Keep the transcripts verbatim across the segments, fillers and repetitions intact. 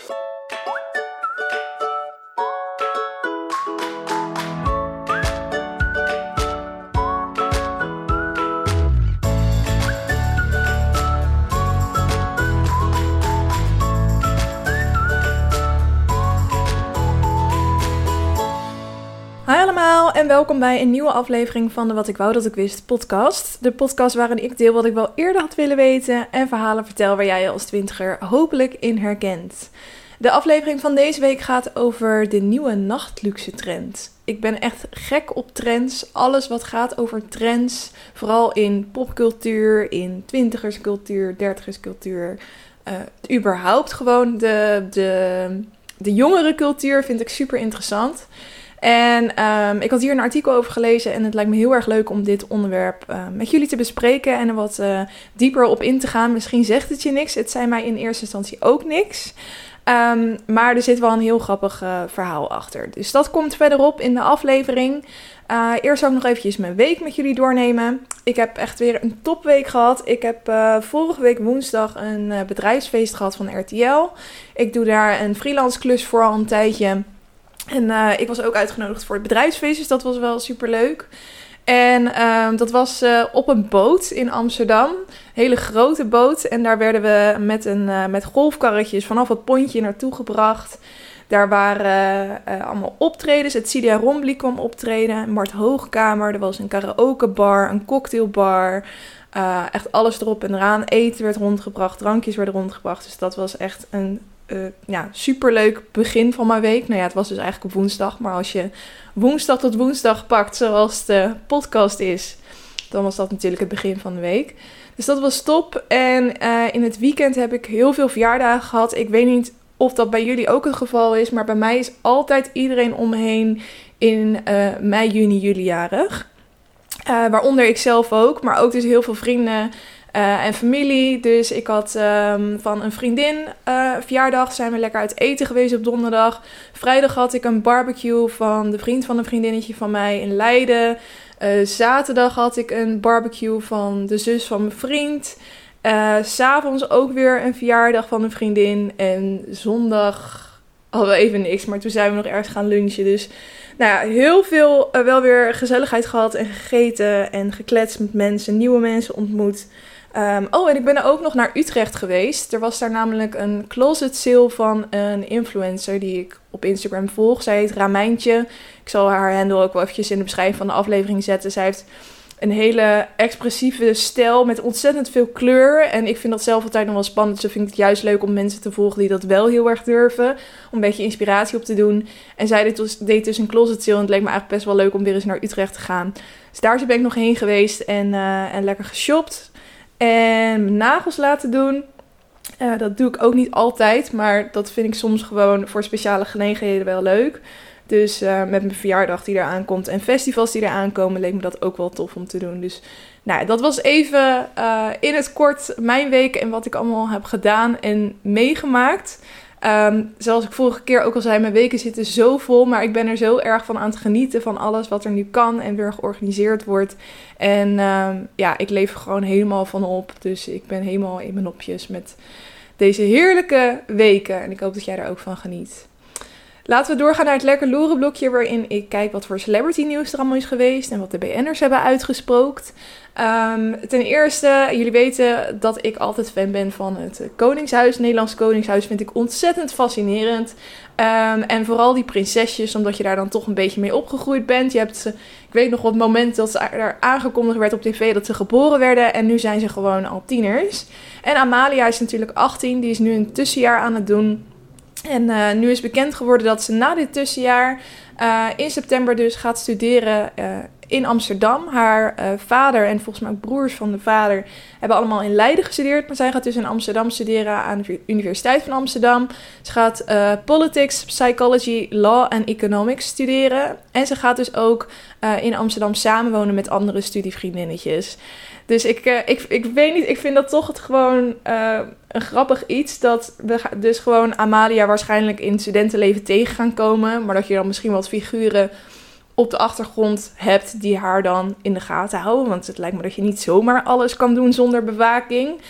Hi allemaal en welkom bij een nieuwe aflevering van de Wat ik wou dat ik wist podcast. De podcast waarin ik deel wat ik wel eerder had willen weten en verhalen vertel waar jij je als twintiger hopelijk in herkent. De aflevering van deze week gaat over de nieuwe nachtluxe trend. Ik ben echt gek op trends. Alles wat gaat over trends, vooral in popcultuur, in twintigerscultuur, dertigerscultuur. Uh, überhaupt gewoon de, de, de jongere cultuur vind ik super interessant. En um, ik had hier een artikel over gelezen en het lijkt me heel erg leuk om dit onderwerp uh, met jullie te bespreken en er wat uh, dieper op in te gaan. Misschien zegt het je niks, het zei mij in eerste instantie ook niks. Um, maar er zit wel een heel grappig uh, verhaal achter. Dus dat komt verderop in de aflevering. Uh, eerst ook nog eventjes mijn week met jullie doornemen. Ik heb echt weer een topweek gehad. Ik heb uh, vorige week woensdag een uh, bedrijfsfeest gehad van R T L. Ik doe daar een freelance klus voor al een tijdje. En uh, ik was ook uitgenodigd voor het bedrijfsfeest, dus dat was wel superleuk. En uh, dat was uh, op een boot in Amsterdam, een hele grote boot. En daar werden we met, een, uh, met golfkarretjes vanaf het pontje naartoe gebracht. Daar waren uh, allemaal optredens. Het Cilia Rombly kwam optreden, Mart Hoogkamer, er was een karaokebar, een cocktailbar. Uh, echt alles erop en eraan. Eten werd rondgebracht, drankjes werden rondgebracht. Dus dat was echt een Uh, ja, superleuk begin van mijn week. Nou ja, het was dus eigenlijk op woensdag. Maar als je woensdag tot woensdag pakt, zoals de podcast is, dan was dat natuurlijk het begin van de week. Dus dat was top. En uh, in het weekend heb ik heel veel verjaardagen gehad. Ik weet niet of dat bij jullie ook het geval is. Maar bij mij is altijd iedereen om me heen in uh, mei, juni, juli jarig. Uh, waaronder ik zelf ook. Maar ook dus heel veel vrienden Uh, en familie, dus ik had um, van een vriendin uh, verjaardag, zijn we lekker uit eten geweest op donderdag. Vrijdag had ik een barbecue van de vriend van een vriendinnetje van mij in Leiden. Uh, zaterdag had ik een barbecue van de zus van mijn vriend. Uh, 's avonds ook weer een verjaardag van een vriendin. En zondag hadden we even niks, maar toen zijn we nog ergens gaan lunchen. Dus nou ja, heel veel uh, wel weer gezelligheid gehad en gegeten en gekletst met mensen, nieuwe mensen ontmoet. Um, oh, en ik ben er ook nog naar Utrecht geweest. Er was daar namelijk een closet sale van een influencer die ik op Instagram volg. Zij heet Ramijntje. Ik zal haar handle ook wel eventjes in de beschrijving van de aflevering zetten. Zij heeft een hele expressieve stijl met ontzettend veel kleur. En ik vind dat zelf altijd nog wel spannend. Dus vind ik het juist leuk om mensen te volgen die dat wel heel erg durven. Om een beetje inspiratie op te doen. En zij deed dus, deed dus een closet sale. En het leek me eigenlijk best wel leuk om weer eens naar Utrecht te gaan. Dus daar ben ik nog heen geweest en, uh, en lekker geshopt. En mijn nagels laten doen. Uh, dat doe ik ook niet altijd. Maar dat vind ik soms gewoon voor speciale gelegenheden wel leuk. Dus uh, met mijn verjaardag die eraan komt en festivals die eraan komen, leek me dat ook wel tof om te doen. Dus nou, dat was even uh, in het kort mijn week en wat ik allemaal heb gedaan en meegemaakt. Um, zoals ik vorige keer ook al zei, mijn weken zitten zo vol, maar ik ben er zo erg van aan het genieten van alles wat er nu kan en weer georganiseerd wordt. En um, ja, ik leef er gewoon helemaal van op, dus ik ben helemaal in mijn nopjes met deze heerlijke weken en ik hoop dat jij er ook van geniet. Laten we doorgaan naar het lekker loeren blokje waarin ik kijk wat voor celebrity nieuws er allemaal is geweest en wat de B N'ers hebben uitgesproken. Um, ten eerste, jullie weten dat ik altijd fan ben van het Koningshuis. Het Nederlands Koningshuis vind ik ontzettend fascinerend. Um, en vooral die prinsesjes, omdat je daar dan toch een beetje mee opgegroeid bent. Je hebt, ik weet nog op het moment dat er aangekondigd werd op tv dat ze geboren werden. En nu zijn ze gewoon al tieners. En Amalia is natuurlijk achttien, die is nu een tussenjaar aan het doen. En uh, nu is bekend geworden dat ze na dit tussenjaar uh, in september dus gaat studeren uh, in Amsterdam. Haar uh, vader en volgens mij ook broers van de vader hebben allemaal in Leiden gestudeerd. Maar zij gaat dus in Amsterdam studeren aan de Universiteit van Amsterdam. Ze gaat uh, politics, psychology, law en economics studeren. En ze gaat dus ook uh, in Amsterdam samenwonen met andere studievriendinnetjes. Dus ik, uh, ik, ik weet niet, ik vind dat toch het gewoon uh, een grappig iets. Dat we dus gewoon Amalia waarschijnlijk in het studentenleven tegen gaan komen. Maar dat je dan misschien wat figuren op de achtergrond hebt die haar dan in de gaten houden. Want het lijkt me dat je niet zomaar alles kan doen zonder bewaking.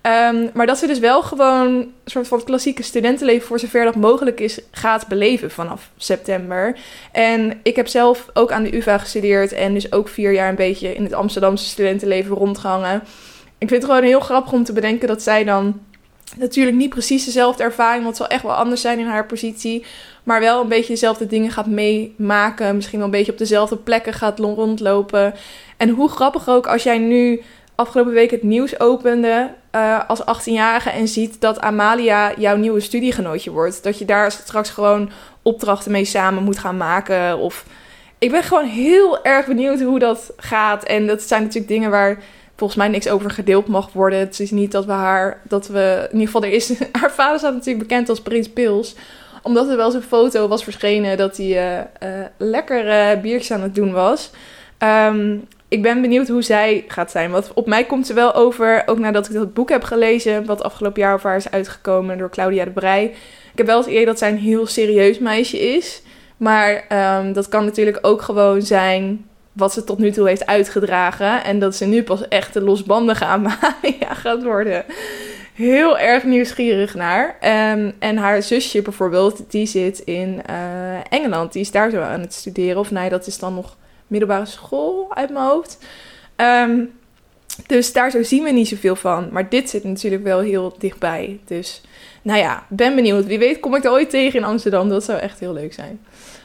Um, maar dat ze dus wel gewoon een soort van het klassieke studentenleven voor zover dat mogelijk is gaat beleven vanaf september. En ik heb zelf ook aan de U vA gestudeerd en dus ook vier jaar een beetje in het Amsterdamse studentenleven rondgehangen. Ik vind het gewoon heel grappig om te bedenken dat zij dan natuurlijk niet precies dezelfde ervaring, want het zal echt wel anders zijn in haar positie, maar wel een beetje dezelfde dingen gaat meemaken. Misschien wel een beetje op dezelfde plekken gaat rondlopen. En hoe grappig ook als jij nu afgelopen week het nieuws opende uh, als achttienjarige en ziet dat Amalia jouw nieuwe studiegenootje wordt. Dat je daar straks gewoon opdrachten mee samen moet gaan maken. Of ik ben gewoon heel erg benieuwd hoe dat gaat. En dat zijn natuurlijk dingen waar volgens mij niks over gedeeld mag worden. Het is niet dat we haar, dat we, in ieder geval er is, haar vader staat natuurlijk bekend als Prins Pils. Omdat er wel zo'n foto was verschenen dat hij uh, uh, lekker uh, biertjes aan het doen was. Um, ik ben benieuwd hoe zij gaat zijn. Want op mij komt ze wel over, ook nadat ik dat boek heb gelezen, wat afgelopen jaar over haar is uitgekomen door Claudia de Breij. Ik heb wel het idee dat zij een heel serieus meisje is. Maar um, dat kan natuurlijk ook gewoon zijn wat ze tot nu toe heeft uitgedragen. En dat ze nu pas echt de losbandige Amalia gaat worden. Heel erg nieuwsgierig naar. Um, en haar zusje bijvoorbeeld, die zit in uh, Engeland. Die is daar zo aan het studeren. Of nee, dat is dan nog middelbare school uit mijn hoofd. Um, dus daar zo zien we niet zoveel van. Maar dit zit natuurlijk wel heel dichtbij. Dus nou ja, ben benieuwd. Wie weet kom ik er ooit tegen in Amsterdam. Dat zou echt heel leuk zijn.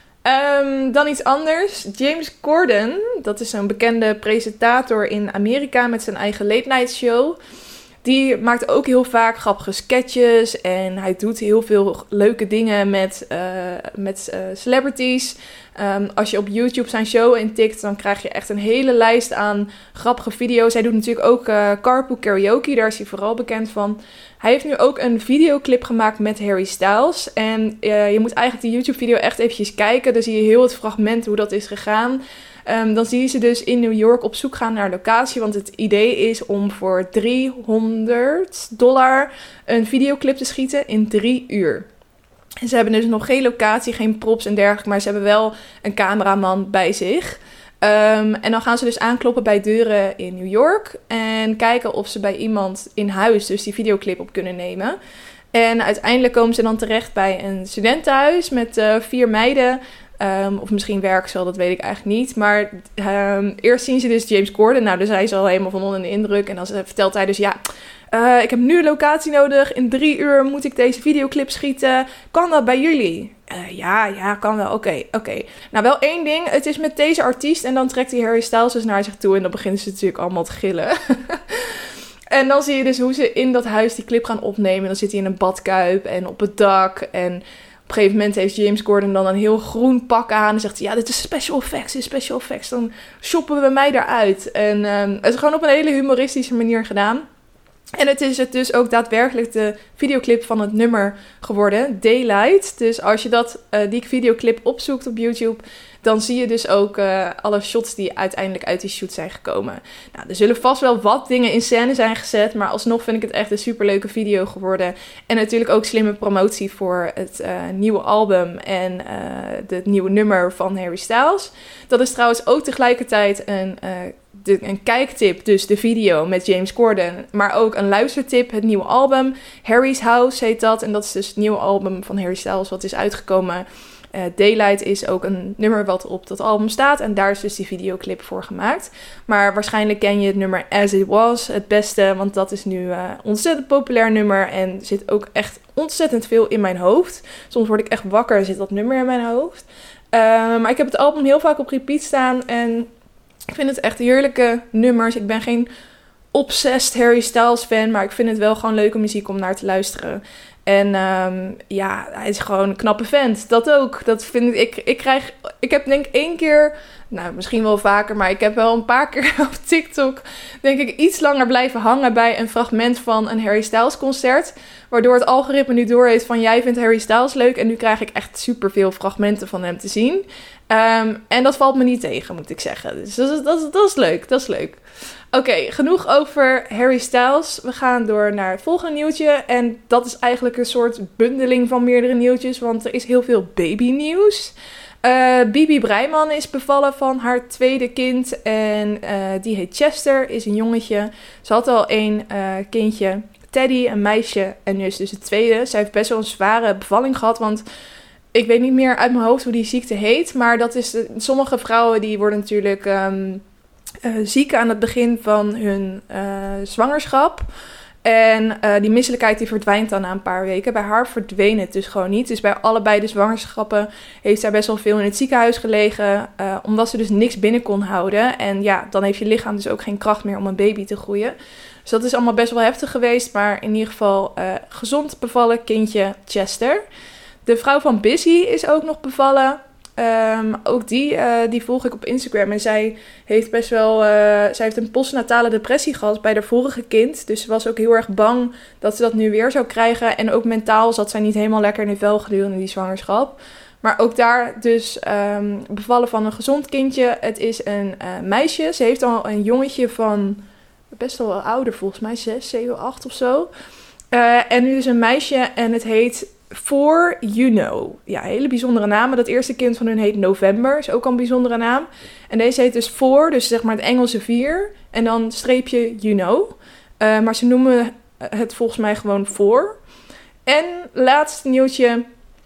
Um, dan iets anders. James Corden, dat is zo'n bekende presentator in Amerika met zijn eigen late night show. Die maakt ook heel vaak grappige sketches en hij doet heel veel leuke dingen met, uh, met uh, celebrities. Um, als je op YouTube zijn show intikt, dan krijg je echt een hele lijst aan grappige video's. Hij doet natuurlijk ook uh, Carpool Karaoke, daar is hij vooral bekend van. Hij heeft nu ook een videoclip gemaakt met Harry Styles. En uh, je moet eigenlijk die YouTube-video echt eventjes kijken. Dan zie je heel het fragment hoe dat is gegaan. Um, dan zie je ze dus in New York op zoek gaan naar locatie. Want het idee is om voor driehonderd dollar een videoclip te schieten in drie uur. En ze hebben dus nog geen locatie, geen props en dergelijke. Maar ze hebben wel een cameraman bij zich. Um, en dan gaan ze dus aankloppen bij deuren in New York. En kijken of ze bij iemand in huis dus die videoclip op kunnen nemen. En uiteindelijk komen ze dan terecht bij een studentenhuis met uh, vier meiden. Um, of misschien werkzaal, dat weet ik eigenlijk niet. Maar um, eerst zien ze dus James Corden. Nou, dus hij is al helemaal van onder de indruk. En dan vertelt hij dus, ja, uh, ik heb nu een locatie nodig. In drie uur moet ik deze videoclip schieten. Kan dat bij jullie? Uh, ja, ja, kan wel. Oké, okay, oké. Okay. Nou, wel één ding. Het is met deze artiest. En dan trekt hij Harry Styles dus naar zich toe. En dan beginnen ze natuurlijk allemaal te gillen. En dan zie je dus hoe ze in dat huis die clip gaan opnemen. Dan zit hij in een badkuip en op het dak. En op een gegeven moment heeft James Corden dan een heel groen pak aan. En zegt hij, ja, dit is special effects, dit is special effects. Dan shoppen we mij eruit. En um, het is gewoon op een hele humoristische manier gedaan. En het is het dus ook daadwerkelijk de videoclip van het nummer geworden, Daylight. Dus als je dat, uh, die videoclip opzoekt op YouTube, dan zie je dus ook uh, alle shots die uiteindelijk uit die shoot zijn gekomen. Nou, er zullen vast wel wat dingen in scène zijn gezet, maar alsnog vind ik het echt een superleuke video geworden. En natuurlijk ook slimme promotie voor het uh, nieuwe album en uh, het nieuwe nummer van Harry Styles. Dat is trouwens ook tegelijkertijd een... Uh, De, een kijktip, dus de video met James Corden, maar ook een luistertip, het nieuwe album. Harry's House heet dat en dat is dus het nieuwe album van Harry Styles wat is uitgekomen. Uh, Daylight is ook een nummer wat op dat album staat en daar is dus die videoclip voor gemaakt. Maar waarschijnlijk ken je het nummer As It Was het beste, want dat is nu een uh, ontzettend populair nummer en zit ook echt ontzettend veel in mijn hoofd. Soms word ik echt wakker en zit dat nummer in mijn hoofd. Uh, maar ik heb het album heel vaak op repeat staan en ik vind het echt heerlijke nummers. Ik ben geen obsessed Harry Styles fan, maar ik vind het wel gewoon leuke muziek om naar te luisteren. En um, ja, hij is gewoon een knappe vent. Dat ook. Dat vind ik. Ik, ik krijg. Ik heb denk ik één keer. Nou, misschien wel vaker, maar ik heb wel een paar keer op TikTok, denk ik, iets langer blijven hangen bij een fragment van een Harry Styles concert. Waardoor het algoritme nu doorheeft van jij vindt Harry Styles leuk. En nu krijg ik echt superveel fragmenten van hem te zien. Um, en dat valt me niet tegen, moet ik zeggen. Dus dat is, dat is, dat is leuk, dat is leuk. Oké, okay, genoeg over Harry Styles. We gaan door naar het volgende nieuwtje. En dat is eigenlijk een soort bundeling van meerdere nieuwtjes, want er is heel veel babynieuws. Uh, Bibi Breiman is bevallen van haar tweede kind en uh, die heet Chester, is een jongetje. Ze had al één uh, kindje Teddy, een meisje. En nu is dus de tweede. Zij heeft best wel een zware bevalling gehad, want ik weet niet meer uit mijn hoofd hoe die ziekte heet. Maar dat is de, sommige vrouwen die worden natuurlijk um, uh, ziek aan het begin van hun uh, zwangerschap. En uh, die misselijkheid die verdwijnt dan na een paar weken. Bij haar verdween het dus gewoon niet. Dus bij allebei de zwangerschappen heeft zij best wel veel in het ziekenhuis gelegen. Uh, omdat ze dus niks binnen kon houden. En ja, dan heeft je lichaam dus ook geen kracht meer om een baby te groeien. Dus dat is allemaal best wel heftig geweest. Maar in ieder geval uh, gezond bevallen kindje Chester. De vrouw van Busy is ook nog bevallen. Um, ook die, uh, die volg ik op Instagram. En zij heeft best wel... Uh, zij heeft een postnatale depressie gehad bij haar vorige kind. Dus ze was ook heel erg bang dat ze dat nu weer zou krijgen. En ook mentaal zat zij niet helemaal lekker in de vel gedurende die zwangerschap. Maar ook daar dus um, bevallen van een gezond kindje. Het is een uh, meisje. Ze heeft al een jongetje van best wel ouder volgens mij. Zes, zeven, acht of zo. Uh, en nu is een meisje en het heet... For You Know. Ja, hele bijzondere namen. Dat eerste kind van hun heet November. Is ook al een bijzondere naam. En deze heet dus For, dus zeg maar het Engelse vier. En dan streepje You Know. Uh, maar ze noemen het volgens mij gewoon For. En laatste nieuwtje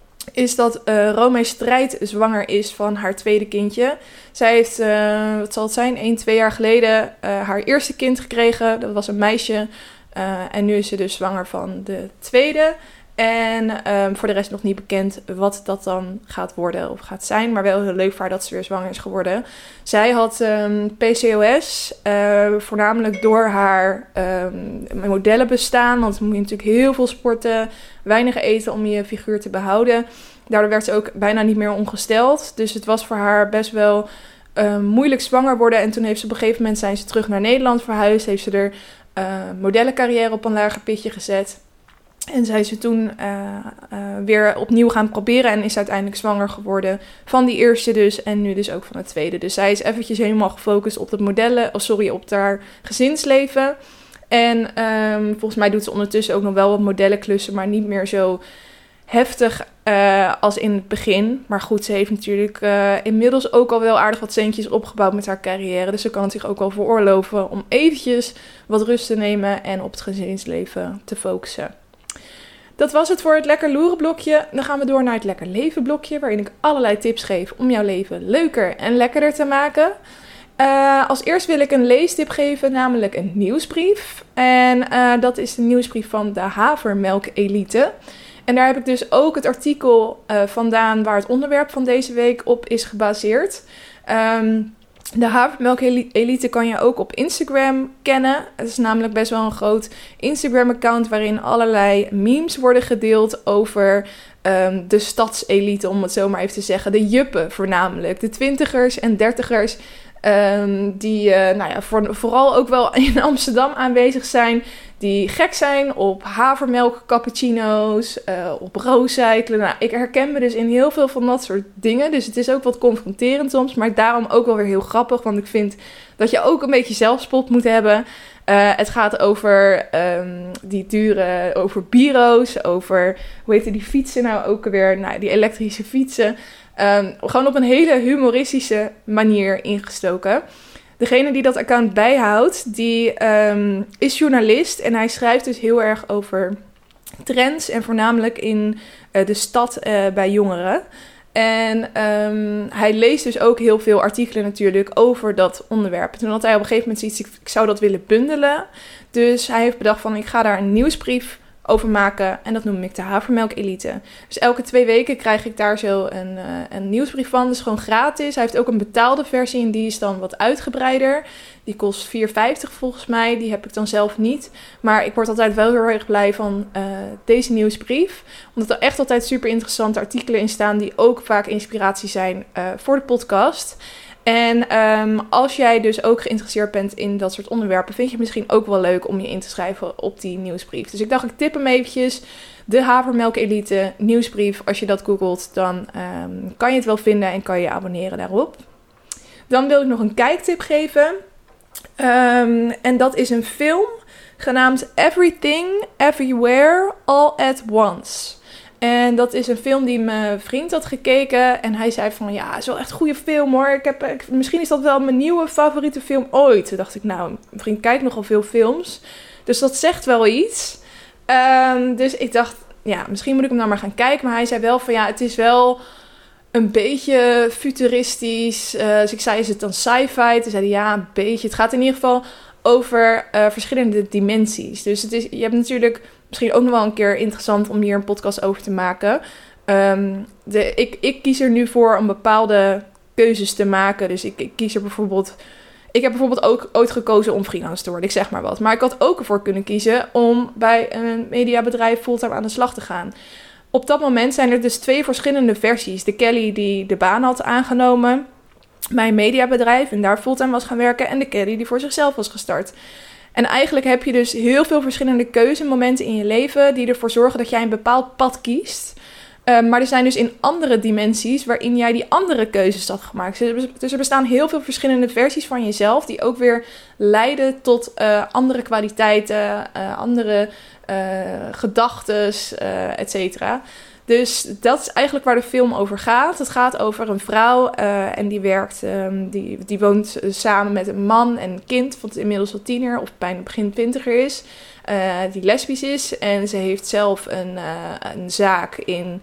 is dat uh, Romee Strijd zwanger is van haar tweede kindje. Zij heeft, uh, wat zal het zijn, één, twee jaar geleden uh, haar eerste kind gekregen. Dat was een meisje. Uh, en nu is ze dus zwanger van de tweede. En um, voor de rest nog niet bekend wat dat dan gaat worden of gaat zijn. Maar wel heel leuk voor haar dat ze weer zwanger is geworden. Zij had um, P C O S, uh, voornamelijk door haar um, modellenbestaan. Want dan moet je natuurlijk heel veel sporten, weinig eten om je figuur te behouden. Daardoor werd ze ook bijna niet meer ongesteld. Dus het was voor haar best wel uh, moeilijk zwanger worden. En toen heeft ze op een gegeven moment zijn ze terug naar Nederland verhuisd. Heeft ze er uh, modellencarrière op een lager pitje gezet. En zij is ze toen uh, uh, weer opnieuw gaan proberen en is uiteindelijk zwanger geworden van die eerste dus en nu dus ook van de tweede. Dus zij is eventjes helemaal gefocust op het modellen, oh sorry, op haar gezinsleven. En um, volgens mij doet ze ondertussen ook nog wel wat modellenklussen, maar niet meer zo heftig uh, als in het begin. Maar goed, ze heeft natuurlijk uh, inmiddels ook al wel aardig wat centjes opgebouwd met haar carrière. Dus ze kan het zich ook wel veroorloven om eventjes wat rust te nemen en op het gezinsleven te focussen. Dat was het voor het Lekker Loeren blokje. Dan gaan we door naar het Lekker Leven blokje, waarin ik allerlei tips geef om jouw leven leuker en lekkerder te maken. Uh, als eerst wil ik een leestip geven, namelijk een nieuwsbrief. En uh, dat is de nieuwsbrief van de Havermelk Elite. En daar heb ik dus ook het artikel uh, vandaan waar het onderwerp van deze week op is gebaseerd. Um, De Havermelk Elite kan je ook op Instagram kennen. Het is namelijk best wel een groot Instagram-account waarin allerlei memes worden gedeeld over um, de stadselite, om het zo maar even te zeggen. De juppen voornamelijk, de twintigers en dertigers um, die uh, nou ja, voor, vooral ook wel in Amsterdam aanwezig zijn. Die gek zijn op havermelk, cappuccino's, uh, op rooscyclen. Nou, ik herken me dus in heel veel van dat soort dingen. Dus het is ook wat confronterend soms. Maar daarom ook wel weer heel grappig. Want ik vind dat je ook een beetje zelfspot moet hebben. Uh, het gaat over um, die dure, over bureaus. Over, hoe heet die fietsen nou ook alweer? Nou, die elektrische fietsen. Um, gewoon op een hele humoristische manier ingestoken. Degene die dat account bijhoudt, die um, is journalist en hij schrijft dus heel erg over trends en voornamelijk in uh, de stad uh, bij jongeren. En um, hij leest dus ook heel veel artikelen natuurlijk over dat onderwerp. Toen had hij op een gegeven moment zoiets, ik, ik zou dat willen bundelen. Dus hij heeft bedacht van, ik ga daar een nieuwsbrief over maken en dat noem ik de Havermelk Elite. Dus elke twee weken krijg ik daar zo een, uh, een nieuwsbrief van. Dat is gewoon gratis. Hij heeft ook een betaalde versie en die is dan wat uitgebreider. Die kost vier vijftig volgens mij. Die heb ik dan zelf niet. Maar ik word altijd wel heel erg blij van uh, deze nieuwsbrief. Omdat er echt altijd super interessante artikelen in staan die ook vaak inspiratie zijn uh, voor de podcast. En um, als jij dus ook geïnteresseerd bent in dat soort onderwerpen, vind je het misschien ook wel leuk om je in te schrijven op die nieuwsbrief. Dus ik dacht, ik tip hem eventjes. De Havermelk Elite nieuwsbrief. Als je dat googelt, dan um, kan je het wel vinden en kan je je abonneren daarop. Dan wil ik nog een kijktip geven. Um, en dat is een film genaamd Everything, Everywhere, All at Once. En dat is een film die mijn vriend had gekeken. En hij zei van, ja, het is wel echt een goede film hoor. Ik heb, ik, misschien is dat wel mijn nieuwe favoriete film ooit. Toen dacht ik, nou, mijn vriend kijkt nogal veel films. Dus dat zegt wel iets. Um, dus ik dacht, ja, misschien moet ik hem dan maar gaan kijken. Maar hij zei wel van, ja, het is wel een beetje futuristisch. Uh, dus ik zei, is het dan sci-fi? Toen zei hij, ja, een beetje. Het gaat in ieder geval over uh, verschillende dimensies. Dus het is, je hebt natuurlijk misschien ook nog wel een keer interessant om hier een podcast over te maken. Um, de, ik, ik kies er nu voor om bepaalde keuzes te maken. Dus ik, ik kies er bijvoorbeeld... Ik heb bijvoorbeeld ook ooit gekozen om freelance te worden. Ik zeg maar wat. Maar ik had ook ervoor kunnen kiezen om bij een mediabedrijf fulltime aan de slag te gaan. Op dat moment zijn er dus twee verschillende versies. De Kelly die de baan had aangenomen bij een mediabedrijf en daar fulltime was gaan werken. En de Kelly die voor zichzelf was gestart. En eigenlijk heb je dus heel veel verschillende keuzemomenten in je leven die ervoor zorgen dat jij een bepaald pad kiest. Uh, maar er zijn dus in andere dimensies waarin jij die andere keuzes had gemaakt. Dus er bestaan heel veel verschillende versies van jezelf die ook weer leiden tot uh, andere kwaliteiten, uh, andere uh, gedachtes, uh, et cetera. Dus dat is eigenlijk waar de film over gaat. Het gaat over een vrouw uh, en die werkt, um, die, die woont uh, samen met een man en een kind, wat inmiddels al tiener of bijna begin twintiger is. Uh, die lesbisch is en ze heeft zelf een, uh, een zaak in,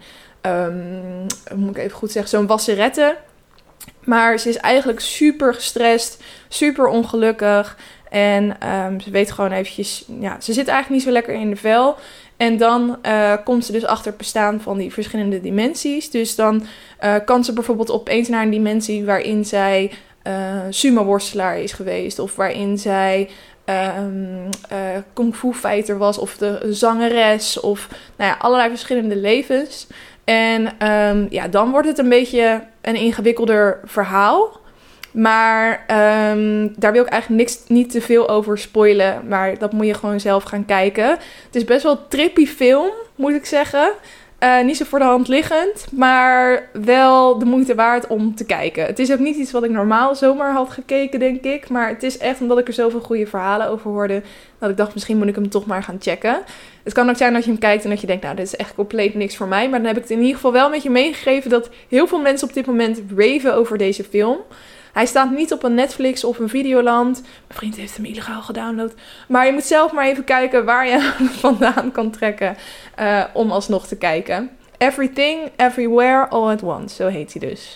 um, moet ik even goed zeggen, zo'n wasserette. Maar ze is eigenlijk super gestrest, super ongelukkig en um, ze weet gewoon eventjes, ja, ze zit eigenlijk niet zo lekker in de vel. En dan uh, komt ze dus achter het bestaan van die verschillende dimensies. Dus dan uh, kan ze bijvoorbeeld opeens naar een dimensie waarin zij uh, sumo-worstelaar is geweest. Of waarin zij um, uh, kung fu fighter was. Of de zangeres. Of nou ja, allerlei verschillende levens. En um, ja, dan wordt het een beetje een ingewikkelder verhaal. Maar um, daar wil ik eigenlijk niks, niet te veel over spoilen. Maar dat moet je gewoon zelf gaan kijken. Het is best wel een trippy film, moet ik zeggen. Uh, niet zo voor de hand liggend, maar wel de moeite waard om te kijken. Het is ook niet iets wat ik normaal zomaar had gekeken, denk ik. Maar het is echt omdat ik er zoveel goede verhalen over hoorde, dat ik dacht, misschien moet ik hem toch maar gaan checken. Het kan ook zijn dat je hem kijkt en dat je denkt, nou, dit is echt compleet niks voor mij. Maar dan heb ik het in ieder geval wel met je meegegeven dat heel veel mensen op dit moment raven over deze film. Hij staat niet op een Netflix of een Videoland. Mijn vriend heeft hem illegaal gedownload. Maar je moet zelf maar even kijken waar je hem vandaan kan trekken uh, om alsnog te kijken. Everything, Everywhere, All at Once. Zo heet hij dus.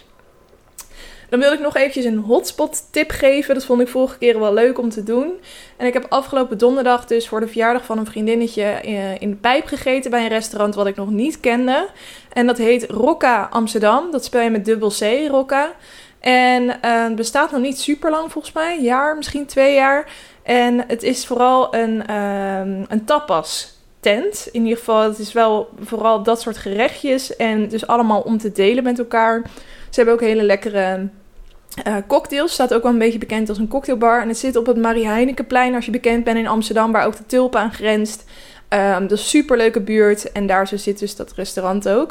Dan wil ik nog eventjes een hotspot tip geven. Dat vond ik vorige keer wel leuk om te doen. En ik heb afgelopen donderdag dus voor de verjaardag van een vriendinnetje in de Pijp gegeten bij een restaurant wat ik nog niet kende. En dat heet Rocca Amsterdam. Dat spel je met dubbel C, Rocca. En uh, het bestaat nog niet super lang volgens mij. Een jaar, misschien twee jaar. En het is vooral een, um, een tapas tent. In ieder geval, het is wel vooral dat soort gerechtjes. En dus allemaal om te delen met elkaar. Ze hebben ook hele lekkere uh, cocktails. Staat ook wel een beetje bekend als een cocktailbar. En het zit op het Marie Heinekenplein, als je bekend bent in Amsterdam, waar ook de Tulpen aan grenst. Um, dat is een superleuke buurt. En daar zo zit dus dat restaurant ook.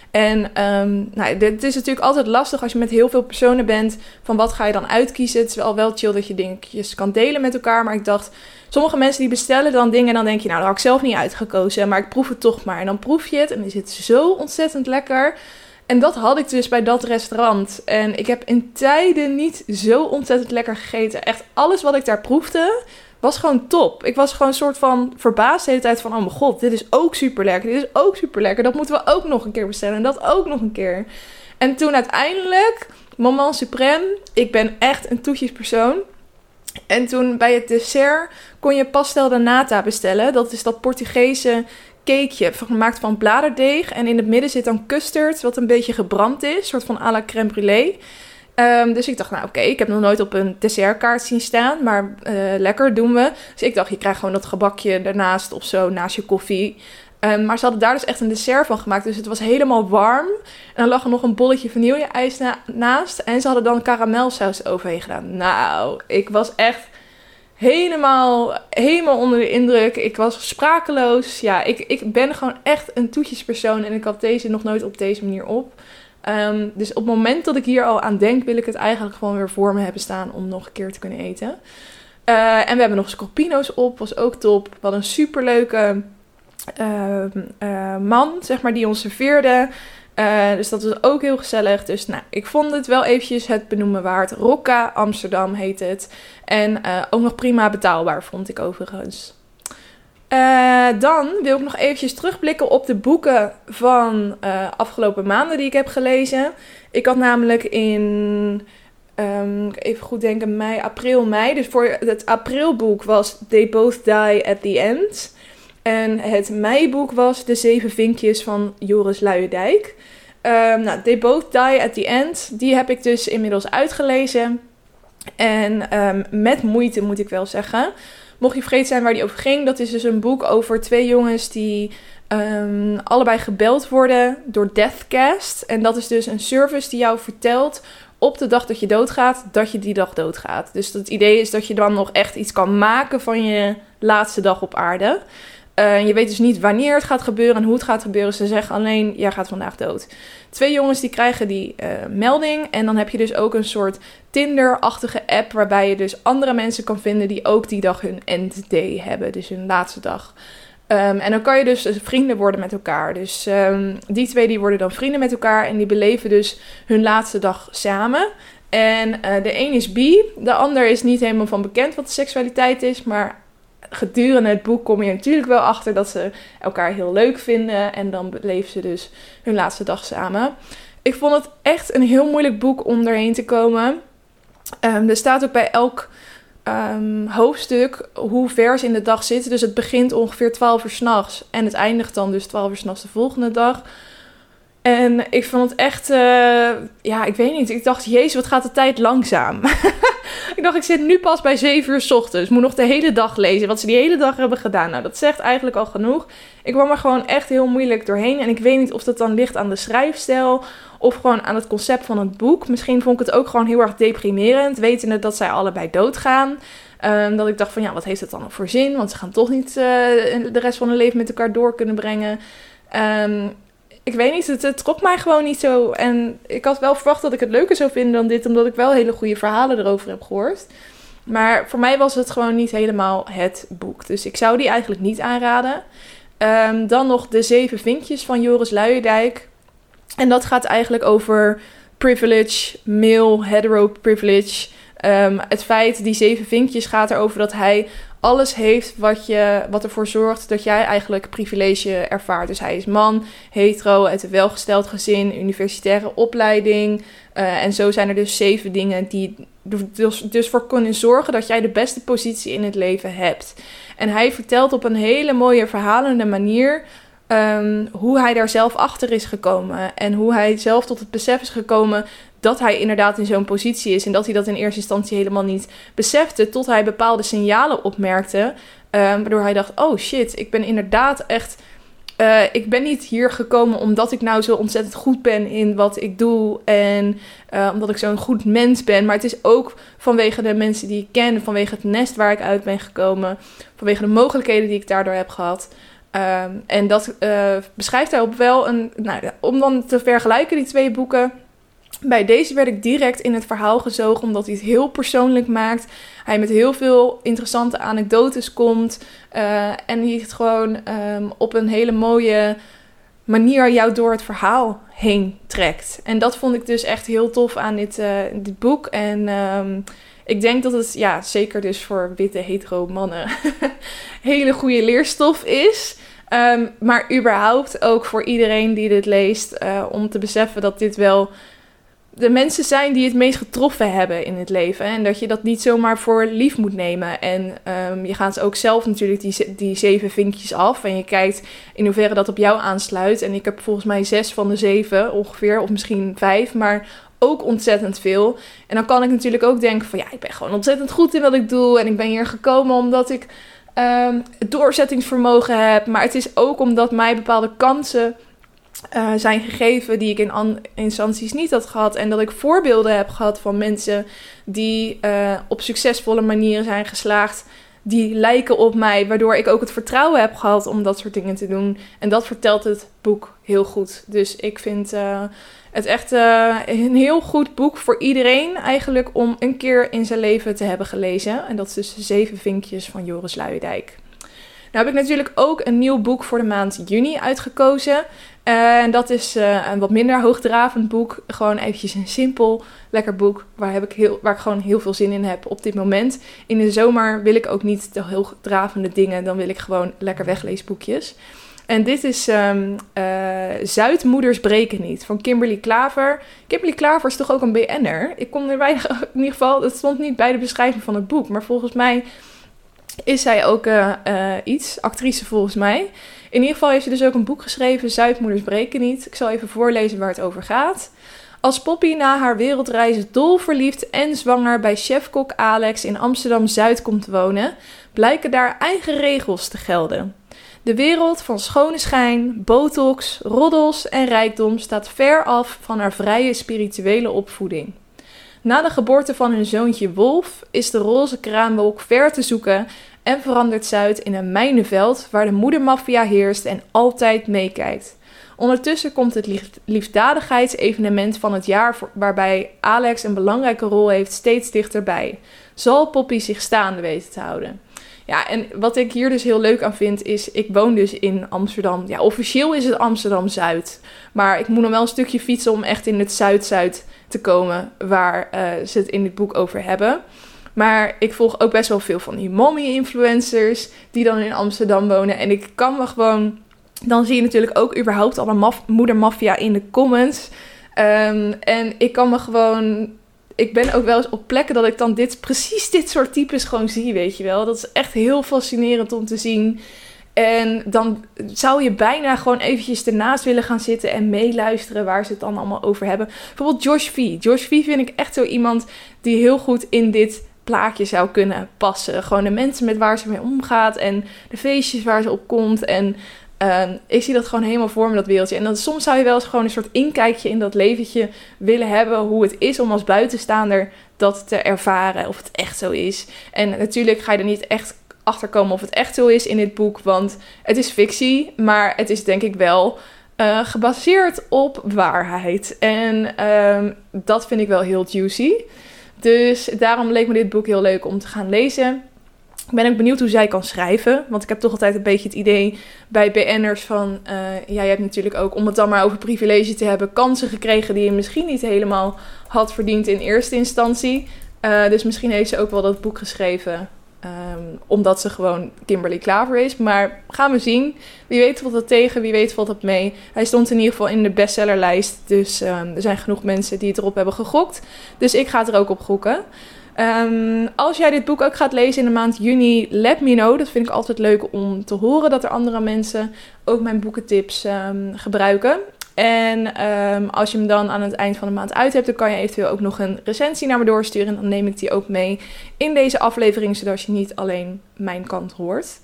En um, nou, het is natuurlijk altijd lastig als je met heel veel personen bent. Van wat ga je dan uitkiezen? Het is wel wel chill dat je dingetjes kan delen met elkaar. Maar ik dacht, sommige mensen die bestellen dan dingen. En dan denk je, nou, dat had ik zelf niet uitgekozen. Maar ik proef het toch maar. En dan proef je het. En dan is het zo ontzettend lekker. En dat had ik dus bij dat restaurant. En ik heb in tijden niet zo ontzettend lekker gegeten. Echt alles wat ik daar proefde was gewoon top. Ik was gewoon een soort van verbaasd de hele tijd van, oh mijn god, dit is ook super lekker. Dit is ook super lekker. Dat moeten we ook nog een keer bestellen. En dat ook nog een keer. En toen uiteindelijk, moment suprême, ik ben echt een toetjespersoon. En toen bij het dessert kon je pastel de nata bestellen. Dat is dat Portugese cakeje gemaakt van bladerdeeg. En in het midden zit dan custard, wat een beetje gebrand is. Een soort van à la crème brûlée. Um, dus ik dacht, nou oké, okay, ik heb nog nooit op een dessertkaart zien staan, maar uh, lekker, doen we. Dus ik dacht, je krijgt gewoon dat gebakje ernaast of zo, naast je koffie. Um, maar ze hadden daar dus echt een dessert van gemaakt, dus het was helemaal warm. En dan lag er nog een bolletje vanille-ijs na- naast. En ze hadden dan karamelsaus overheen gedaan. Nou, ik was echt helemaal, helemaal onder de indruk. Ik was sprakeloos. Ja, ik, ik ben gewoon echt een toetjespersoon en ik had deze nog nooit op deze manier op. Um, dus op het moment dat ik hier al aan denk, wil ik het eigenlijk gewoon weer voor me hebben staan om nog een keer te kunnen eten. Uh, en we hebben nog Scorpino's op, was ook top. We hadden een superleuke uh, uh, man, zeg maar, die ons serveerde. Uh, dus dat was ook heel gezellig. Dus nou, ik vond het wel eventjes het benoemen waard. Rocca Amsterdam heet het. En uh, ook nog prima betaalbaar, vond ik overigens. Uh, dan wil ik nog eventjes terugblikken op de boeken van uh, afgelopen maanden die ik heb gelezen. Ik had namelijk in, um, even goed denken, mei, april, mei. Dus voor het aprilboek was They Both Die at the End. En het meiboek was De Zeven Vinkjes van Joris Luijendijk. Um, nou, They Both Die at the End, die heb ik dus inmiddels uitgelezen. En um, met moeite moet ik wel zeggen. Mocht je vergeten zijn waar die over ging, dat is dus een boek over twee jongens die um, allebei gebeld worden door Deathcast. En dat is dus een service die jou vertelt op de dag dat je doodgaat, dat je die dag doodgaat. Dus het idee is dat je dan nog echt iets kan maken van je laatste dag op aarde. Uh, je weet dus niet wanneer het gaat gebeuren en hoe het gaat gebeuren. Ze zeggen alleen, jij gaat vandaag dood. Twee jongens die krijgen die uh, melding. En dan heb je dus ook een soort Tinder-achtige app waarbij je dus andere mensen kan vinden die ook die dag hun end day hebben. Dus hun laatste dag. Um, en dan kan je dus vrienden worden met elkaar. Dus um, die twee die worden dan vrienden met elkaar en die beleven dus hun laatste dag samen. En uh, de een is bi, de ander is niet helemaal van bekend wat de seksualiteit is, maar gedurende het boek kom je natuurlijk wel achter dat ze elkaar heel leuk vinden. En dan beleven ze dus hun laatste dag samen. Ik vond het echt een heel moeilijk boek om erheen te komen. Um, er staat ook bij elk um, hoofdstuk hoe ver ze in de dag zitten. Dus het begint ongeveer twaalf uur 's nachts. En het eindigt dan dus twaalf uur 's nachts de volgende dag. En ik vond het echt, uh, ja, ik weet niet. Ik dacht, jezus, wat gaat de tijd langzaam. Ik dacht, ik zit nu pas bij zeven uur 's ochtends. Moet nog de hele dag lezen. Wat ze die hele dag hebben gedaan. Nou, dat zegt eigenlijk al genoeg. Ik kwam er gewoon echt heel moeilijk doorheen. En ik weet niet of dat dan ligt aan de schrijfstijl. Of gewoon aan het concept van het boek. Misschien vond ik het ook gewoon heel erg deprimerend. Wetende dat zij allebei doodgaan. Um, dat ik dacht van, ja, wat heeft het dan nog voor zin? Want ze gaan toch niet uh, de rest van hun leven met elkaar door kunnen brengen. Um, Ik weet niet, het, het trok mij gewoon niet zo. En ik had wel verwacht dat ik het leuker zou vinden dan dit, omdat ik wel hele goede verhalen erover heb gehoord. Maar voor mij was het gewoon niet helemaal het boek. Dus ik zou die eigenlijk niet aanraden. Um, dan nog De Zeven Vinkjes van Joris Luijendijk. En dat gaat eigenlijk over privilege, male, hetero privilege. Um, het feit, die zeven vinkjes gaat erover dat hij alles heeft wat, je, wat ervoor zorgt dat jij eigenlijk privilege ervaart. Dus hij is man, hetero, uit een welgesteld gezin, universitaire opleiding. Uh, en zo zijn er dus zeven dingen die dus, dus voor kunnen zorgen dat jij de beste positie in het leven hebt. En hij vertelt op een hele mooie verhalende manier um, hoe hij daar zelf achter is gekomen. En hoe hij zelf tot het besef is gekomen dat hij inderdaad in zo'n positie is. En dat hij dat in eerste instantie helemaal niet besefte. Tot hij bepaalde signalen opmerkte. Um, waardoor hij dacht, oh shit, ik ben inderdaad echt... Uh, ik ben niet hier gekomen omdat ik nou zo ontzettend goed ben in wat ik doe. En uh, omdat ik zo'n goed mens ben. Maar het is ook vanwege de mensen die ik ken. Vanwege het nest waar ik uit ben gekomen. Vanwege de mogelijkheden die ik daardoor heb gehad. Um, en dat uh, beschrijft hij op wel een... Nou, om dan te vergelijken die twee boeken. Bij deze werd ik direct in het verhaal gezogen, omdat hij het heel persoonlijk maakt. Hij met heel veel interessante anekdotes komt. Uh, en die het gewoon um, op een hele mooie manier jou door het verhaal heen trekt. En dat vond ik dus echt heel tof aan dit, uh, dit boek. En um, ik denk dat het, ja, zeker dus voor witte hetero mannen hele goede leerstof is. Um, maar überhaupt ook voor iedereen die dit leest, uh, om te beseffen dat dit wel de mensen zijn die het meest getroffen hebben in het leven. En dat je dat niet zomaar voor lief moet nemen. En um, je gaat ook zelf natuurlijk die, die zeven vinkjes af. En je kijkt in hoeverre dat op jou aansluit. En ik heb volgens mij zes van de zeven ongeveer. Of misschien vijf. Maar ook ontzettend veel. En dan kan ik natuurlijk ook denken van ja, ik ben gewoon ontzettend goed in wat ik doe. En ik ben hier gekomen omdat ik um, doorzettingsvermogen heb. Maar het is ook omdat mij bepaalde kansen Uh, zijn gegeven die ik in an- instanties niet had gehad. En dat ik voorbeelden heb gehad van mensen die uh, op succesvolle manieren zijn geslaagd. Die lijken op mij, waardoor ik ook het vertrouwen heb gehad om dat soort dingen te doen. En dat vertelt het boek heel goed. Dus ik vind uh, het echt uh, een heel goed boek voor iedereen eigenlijk om een keer in zijn leven te hebben gelezen. En dat is dus De Zeven Vinkjes van Joris Luijendijk. Nou heb ik natuurlijk ook een nieuw boek voor de maand juni uitgekozen. En dat is uh, een wat minder hoogdravend boek. Gewoon eventjes een simpel, lekker boek waar, heb ik heel, waar ik gewoon heel veel zin in heb op dit moment. In de zomer wil ik ook niet de hoogdravende dingen. Dan wil ik gewoon lekker wegleesboekjes. En dit is um, uh, Zuidmoeders breken niet van Kimberly Klaver. Kimberly Klaver is toch ook een B N'er? Ik kon er weinig, in ieder geval, het stond niet bij de beschrijving van het boek. Maar volgens mij is zij ook uh, uh, iets, actrice volgens mij. In ieder geval heeft ze dus ook een boek geschreven, Zuidmoeders breken niet. Ik zal even voorlezen waar het over gaat. Als Poppy na haar wereldreis dolverliefd en zwanger bij chefkok Alex in Amsterdam-Zuid komt wonen, blijken daar eigen regels te gelden. De wereld van schone schijn, botox, roddels en rijkdom staat ver af van haar vrije spirituele opvoeding. Na de geboorte van hun zoontje Wolf is de roze kraanwolk ver te zoeken en verandert Zuid in een mijnenveld waar de moedermafia heerst en altijd meekijkt. Ondertussen komt het lief- liefdadigheidsevenement van het jaar waarbij Alex een belangrijke rol heeft steeds dichterbij. Zal Poppy zich staande weten te houden? Ja, en wat ik hier dus heel leuk aan vind is, ik woon dus in Amsterdam. Ja, officieel is het Amsterdam-Zuid. Maar ik moet nog wel een stukje fietsen om echt in het Zuid-Zuid te komen waar uh, ze het in dit boek over hebben. Maar ik volg ook best wel veel van die mommy-influencers die dan in Amsterdam wonen. En ik kan me gewoon, dan zie je natuurlijk ook überhaupt alle maf- moedermafia in de comments. Um, en ik kan me gewoon, ik ben ook wel eens op plekken dat ik dan dit, precies dit soort types gewoon zie, weet je wel. Dat is echt heel fascinerend om te zien. En dan zou je bijna gewoon eventjes ernaast willen gaan zitten en meeluisteren waar ze het dan allemaal over hebben. Bijvoorbeeld Josh V. Josh V vind ik echt zo iemand die heel goed in dit plaatje zou kunnen passen. Gewoon de mensen met waar ze mee omgaat en de feestjes waar ze op komt. En uh, ik zie dat gewoon helemaal voor me, dat wereldje. En dan, soms zou je wel eens gewoon een soort inkijkje in dat leventje willen hebben. Hoe het is om als buitenstaander dat te ervaren. Of het echt zo is. En natuurlijk ga je er niet echt achterkomen of het echt zo is in dit boek. Want het is fictie, maar het is denk ik wel uh, gebaseerd op waarheid. En uh, dat vind ik wel heel juicy. Dus daarom leek me dit boek heel leuk om te gaan lezen. Ik ben ook benieuwd hoe zij kan schrijven. Want ik heb toch altijd een beetje het idee bij B N'ers van, Uh, ja, je hebt natuurlijk ook, om het dan maar over privilege te hebben, kansen gekregen die je misschien niet helemaal had verdiend in eerste instantie. Uh, dus misschien heeft ze ook wel dat boek geschreven Um, omdat ze gewoon Kimberly Klaver is. Maar gaan we zien. Wie weet valt het tegen, wie weet valt het mee. Hij stond in ieder geval in de bestsellerlijst. Dus um, er zijn genoeg mensen die het erop hebben gegokt. Dus ik ga het er ook op gokken. Um, als jij dit boek ook gaat lezen in de maand juni, let me know. Dat vind ik altijd leuk om te horen dat er andere mensen ook mijn boekentips um, gebruiken. En um, als je hem dan aan het eind van de maand uit hebt, dan kan je eventueel ook nog een recensie naar me doorsturen. En dan neem ik die ook mee in deze aflevering, zodat je niet alleen mijn kant hoort.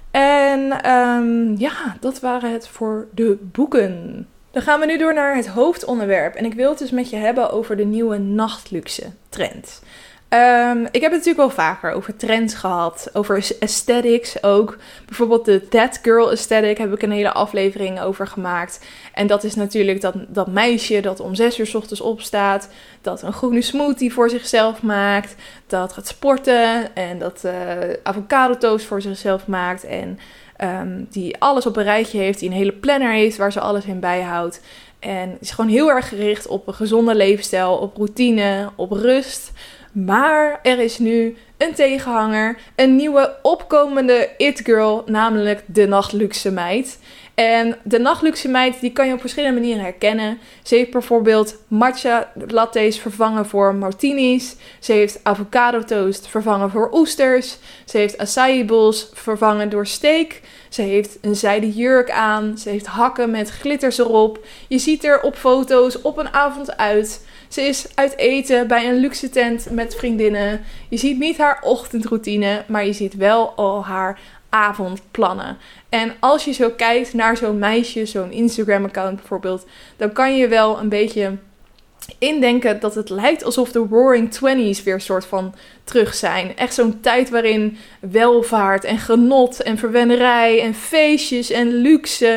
En um, ja, dat waren het voor de boeken. Dan gaan we nu door naar het hoofdonderwerp. En ik wil het dus met je hebben over de nieuwe nachtluxe trend. Um, ik heb het natuurlijk wel vaker over trends gehad, over aesthetics ook. Bijvoorbeeld de That Girl aesthetic heb ik een hele aflevering over gemaakt. En dat is natuurlijk dat, dat meisje dat om zes uur 's ochtends opstaat, dat een groene smoothie voor zichzelf maakt, dat gaat sporten en dat uh, avocado toast voor zichzelf maakt. En um, die alles op een rijtje heeft, die een hele planner heeft waar ze alles in bijhoudt. En is gewoon heel erg gericht op een gezonde levensstijl, op routine, op rust. Maar er is nu een tegenhanger, een nieuwe opkomende it-girl, namelijk de nachtluxe meid. En de nachtluxe meid, die kan je op verschillende manieren herkennen. Ze heeft bijvoorbeeld matcha lattes vervangen voor martinis. Ze heeft avocado toast vervangen voor oesters. Ze heeft acai bowls vervangen door steak. Ze heeft een zijden jurk aan. Ze heeft hakken met glitters erop. Je ziet er op foto's op een avond uit. Ze is uit eten bij een luxe tent met vriendinnen. Je ziet niet haar ochtendroutine, maar je ziet wel al haar avondplannen. En als je zo kijkt naar zo'n meisje, zo'n Instagram-account bijvoorbeeld, dan kan je wel een beetje indenken dat het lijkt alsof de Roaring Twenties weer soort van terug zijn. Echt zo'n tijd waarin welvaart en genot en verwennerij en feestjes en luxe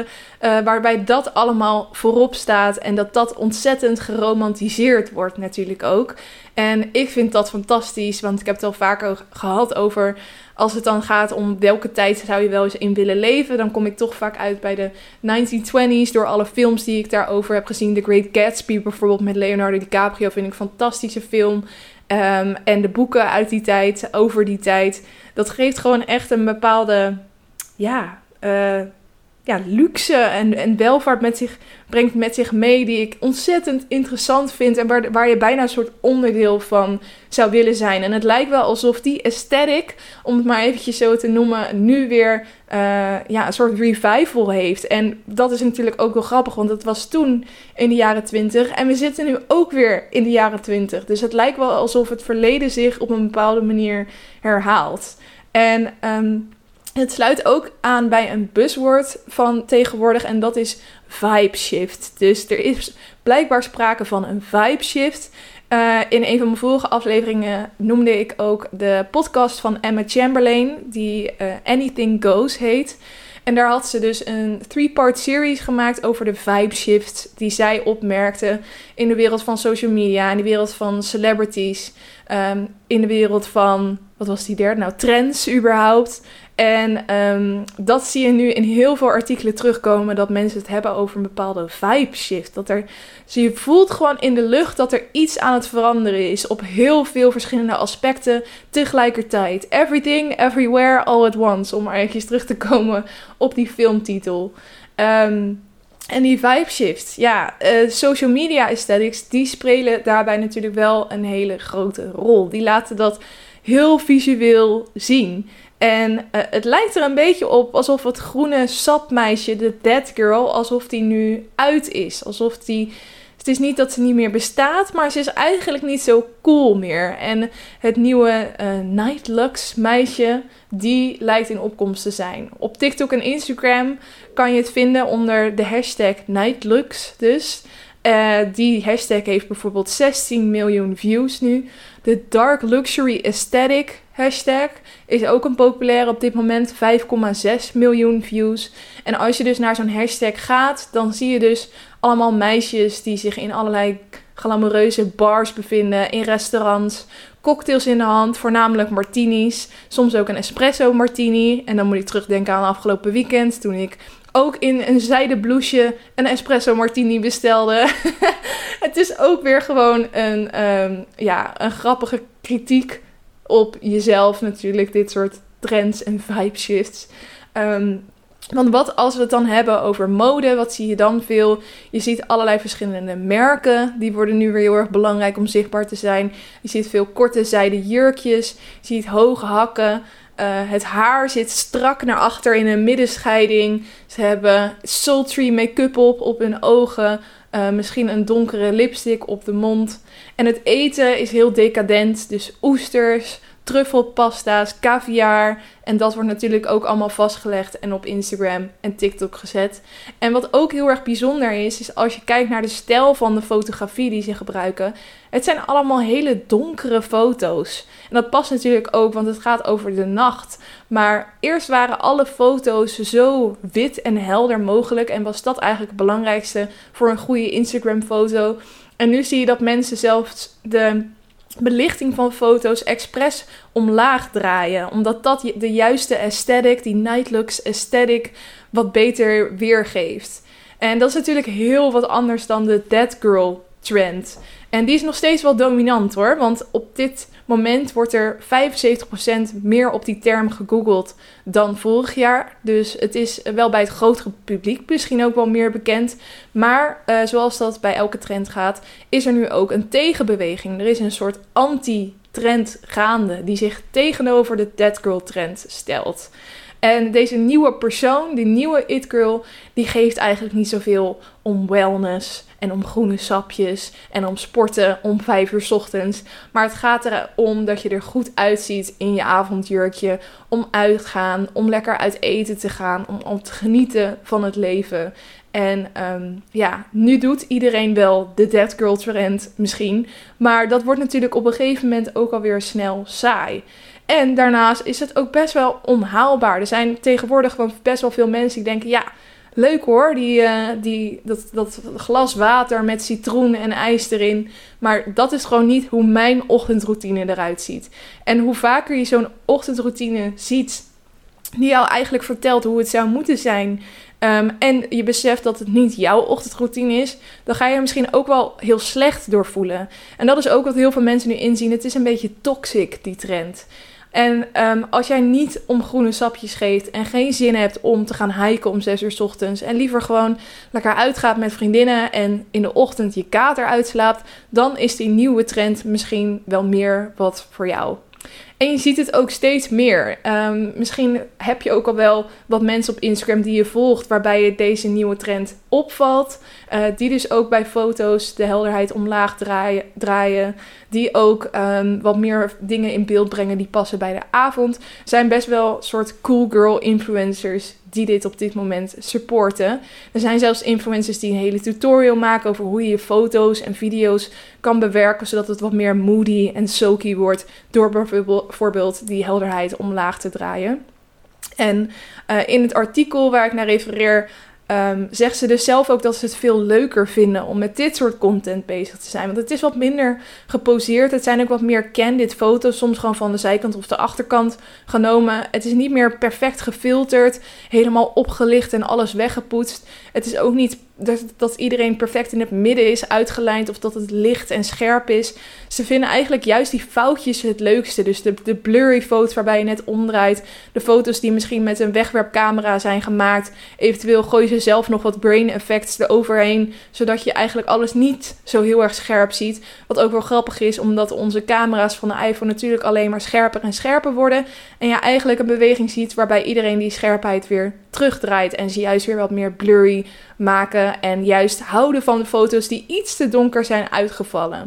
Uh, waarbij dat allemaal voorop staat en dat dat ontzettend geromantiseerd wordt natuurlijk ook. En ik vind dat fantastisch, want ik heb het al vaker gehad over... als het dan gaat om welke tijd zou je wel eens in willen leven... dan kom ik toch vaak uit bij de negentien twintig's... door alle films die ik daarover heb gezien. The Great Gatsby bijvoorbeeld met Leonardo DiCaprio vind ik een fantastische film... Um, en de boeken uit die tijd, over die tijd... dat geeft gewoon echt een bepaalde... ja... Uh, Ja, luxe en, en welvaart met zich, brengt met zich mee... die ik ontzettend interessant vind... en waar, waar je bijna een soort onderdeel van zou willen zijn. En het lijkt wel alsof die aesthetic... om het maar eventjes zo te noemen... nu weer uh, ja, een soort revival heeft. En dat is natuurlijk ook wel grappig... want het was toen in de jaren twintig... en we zitten nu ook weer in de jaren twintig. Dus het lijkt wel alsof het verleden zich... op een bepaalde manier herhaalt. En... Um, Het sluit ook aan bij een buzzword van tegenwoordig en dat is vibe shift. Dus er is blijkbaar sprake van een vibe shift. Uh, in een van mijn vorige afleveringen noemde ik ook de podcast van Emma Chamberlain, die uh, Anything Goes heet. En daar had ze dus een three-part series gemaakt over de vibe shift die zij opmerkte in de wereld van social media, in de wereld van celebrities, um, in de wereld van, wat was die derde? Nou, trends überhaupt. En um, dat zie je nu in heel veel artikelen terugkomen, dat mensen het hebben over een bepaalde vibe shift. Dat er, dus je voelt gewoon in de lucht dat er iets aan het veranderen is op heel veel verschillende aspecten tegelijkertijd. Everything, everywhere, all at once, om maar eventjes terug te komen op die filmtitel. Um, en die vibe shift, ja, uh, social media aesthetics, die spelen daarbij natuurlijk wel een hele grote rol. Die laten dat heel visueel zien. En uh, het lijkt er een beetje op alsof het groene sapmeisje, de That Girl, alsof die nu uit is. Alsof die... Het is niet dat ze niet meer bestaat, maar ze is eigenlijk niet zo cool meer. En het nieuwe uh, Night Lux meisje, die lijkt in opkomst te zijn. Op TikTok en Instagram kan je het vinden onder de hashtag Nightlux dus. Uh, die hashtag heeft bijvoorbeeld zestien miljoen views nu. De Dark Luxury Aesthetic hashtag is ook een populaire op dit moment, vijf komma zes miljoen views. En als je dus naar zo'n hashtag gaat, dan zie je dus allemaal meisjes die zich in allerlei glamoureuze bars bevinden, in restaurants, cocktails in de hand, voornamelijk martinis, soms ook een espresso martini. En dan moet ik terugdenken aan afgelopen weekend, toen ik ook in een zijden blouseje een espresso martini bestelde. Het is ook weer gewoon een, um, ja, een grappige kritiek op jezelf natuurlijk, dit soort trends en vibe shifts. Um, want wat als we het dan hebben over mode, wat zie je dan veel? Je ziet allerlei verschillende merken, die worden nu weer heel erg belangrijk om zichtbaar te zijn. Je ziet veel korte zijden jurkjes, je ziet hoge hakken. Uh, het haar zit strak naar achter in een middenscheiding. Ze hebben sultry make-up op, op hun ogen. Uh, misschien een donkere lipstick op de mond. En het eten is heel decadent. Dus oesters, truffelpasta's, caviar. En dat wordt natuurlijk ook allemaal vastgelegd en op Instagram en TikTok gezet. En wat ook heel erg bijzonder is, is als je kijkt naar de stijl van de fotografie die ze gebruiken. Het zijn allemaal hele donkere foto's. En dat past natuurlijk ook, want het gaat over de nacht. Maar eerst waren alle foto's zo wit en helder mogelijk. En was dat eigenlijk het belangrijkste voor een goede Instagram-foto. En nu zie je dat mensen zelfs de belichting van foto's expres omlaag draaien. Omdat dat de juiste aesthetic, die Nightlux aesthetic, wat beter weergeeft. En dat is natuurlijk heel wat anders dan de That Girl trend. En die is nog steeds wel dominant hoor. Want op dit moment wordt er vijfenzeventig procent meer op die term gegoogeld dan vorig jaar. Dus het is wel bij het grotere publiek misschien ook wel meer bekend. Maar uh, zoals dat bij elke trend gaat, is er nu ook een tegenbeweging. Er is een soort anti-trend gaande die zich tegenover de That Girl trend stelt. En deze nieuwe persoon, die nieuwe it girl, die geeft eigenlijk niet zoveel om wellness en om groene sapjes en om sporten om vijf uur 's ochtends. Maar het gaat erom dat je er goed uitziet in je avondjurkje, om uitgaan, om lekker uit eten te gaan, om, om te genieten van het leven. En um, ja, nu doet iedereen wel de That Girl trend misschien, maar dat wordt natuurlijk op een gegeven moment ook alweer snel saai. En daarnaast is het ook best wel onhaalbaar. Er zijn tegenwoordig gewoon best wel veel mensen die denken, ja, leuk hoor, die, uh, die, dat, dat glas water met citroen en ijs erin. Maar dat is gewoon niet hoe mijn ochtendroutine eruit ziet. En hoe vaker je zo'n ochtendroutine ziet die jou eigenlijk vertelt hoe het zou moeten zijn, Um, en je beseft dat het niet jouw ochtendroutine is, dan ga je er misschien ook wel heel slecht door voelen. En dat is ook wat heel veel mensen nu inzien. Het is een beetje toxic, die trend. En um, als jij niet om groene sapjes geeft en geen zin hebt om te gaan hiken om zes uur 's ochtends en liever gewoon lekker uitgaat met vriendinnen en in de ochtend je kater uitslaapt, dan is die nieuwe trend misschien wel meer wat voor jou. En je ziet het ook steeds meer. Um, misschien heb je ook al wel wat mensen op Instagram die je volgt, waarbij je deze nieuwe trend opvalt. Uh, die dus ook bij foto's de helderheid omlaag draaien. draaien die ook um, wat meer dingen in beeld brengen die passen bij de avond. Er zijn best wel soort cool girl influencers die dit op dit moment supporten. Er zijn zelfs influencers die een hele tutorial maken over hoe je je foto's en video's kan bewerken, zodat het wat meer moody en soaky wordt door bijvoorbeeld die helderheid omlaag te draaien. En uh, in het artikel waar ik naar refereer, Um, zegt ze dus zelf ook dat ze het veel leuker vinden om met dit soort content bezig te zijn. Want het is wat minder geposeerd. Het zijn ook wat meer candid foto's. Soms gewoon van de zijkant of de achterkant genomen. Het is niet meer perfect gefilterd. Helemaal opgelicht en alles weggepoetst. Het is ook niet dat, dat iedereen perfect in het midden is uitgelijnd. Of dat het licht en scherp is. Ze vinden eigenlijk juist die foutjes het leukste. Dus de, de blurry foto's waarbij je net omdraait. De foto's die misschien met een wegwerpcamera zijn gemaakt. Eventueel gooi je ze zelf nog wat brain effects eroverheen, zodat je eigenlijk alles niet zo heel erg scherp ziet. Wat ook wel grappig is, omdat onze camera's van de iPhone natuurlijk alleen maar scherper en scherper worden. En je eigenlijk een beweging ziet waarbij iedereen die scherpheid weer terugdraait en ze juist weer wat meer blurry maken en juist houden van de foto's die iets te donker zijn uitgevallen.